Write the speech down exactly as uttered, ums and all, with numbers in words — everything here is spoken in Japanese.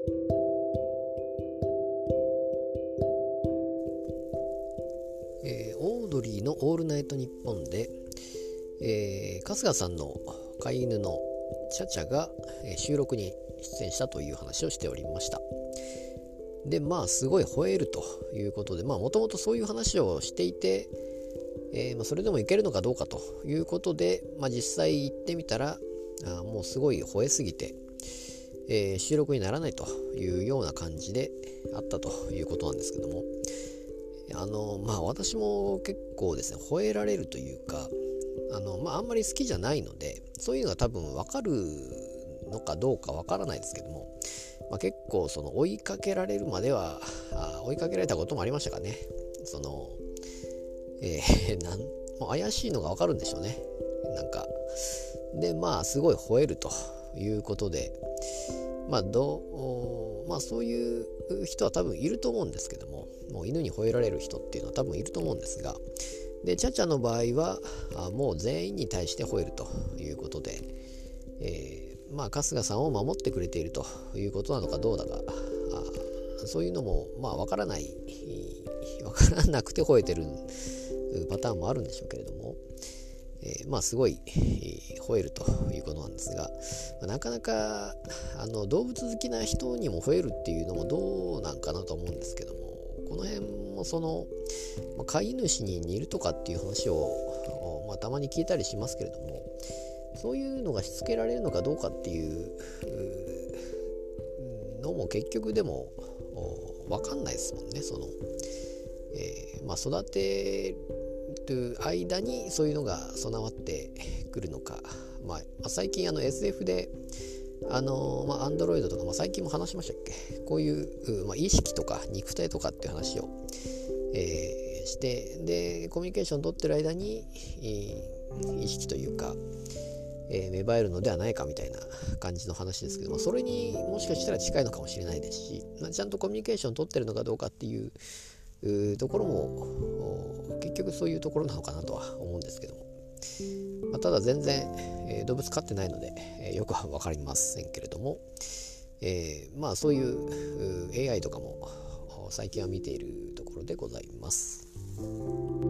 えー、オードリーのオールナイトニッポンで、えー、春日さんの飼い犬のチャチャが、えー、収録に出演したという話をしておりました。でまあすごい吠えるということで、まあもともとそういう話をしていて、えーまあ、それでもいけるのかどうかということで、まあ、実際行ってみたらあもうすごい吠えすぎて、えー、収録にならないというような感じであったということなんですけども、あのまあ私も結構ですね吠えられるというか、あのまああんまり好きじゃないので、そういうのが多分分かるのかどうか分からないですけども、まあ、結構その追いかけられるまではあ追いかけられたこともありましたかね。そのえー、なんもう怪しいのが分かるんでしょうね。なんかでまあすごい吠えるということで、まあどまあそういう人は多分いると思うんですけども、もう犬に吠えられる人っていうのは多分いると思うんですが、でチャチャの場合はあもう全員に対して吠えるということで、えー、まあ春日さんを守ってくれているということなのかどうだか、あそういうのもまあ分からない分からなくて吠えてるパターンもあるんでしょうけれども、えー、まあすごい、えー、吠えるということなんですが、まあ、なかなかあの動物好きな人にも吠えるっていうのもどうなんかなと思うんですけども、この辺もその、まあ、飼い主に似るとかっていう話を、まあ、たまに聞いたりしますけれども、そういうのがしつけられるのかどうかっていうのも結局でも分かんないですもんね。その、えーまあ、育てる間にそういうのが備わってくるのか、まあ、まあ、最近あの エスエフ であのー、まあ、Android とか、まあ、最近も話しましたっけ、こういう、まあ、意識とか肉体とかっていう話を、えー、してでコミュニケーション取ってる間に、えー、意識というか、えー、芽生えるのではないかみたいな感じの話ですけども、それにもしかしたら近いのかもしれないですし、まあ、ちゃんとコミュニケーション取ってるのかどうかっていうところも結局そういうところなのかなとは思うんですけども、まあ、ただ全然、えー、動物飼ってないので、えー、よくは分かりませんけれども、えー、まあそういう エーアイ とかも最近は見ているところでございます。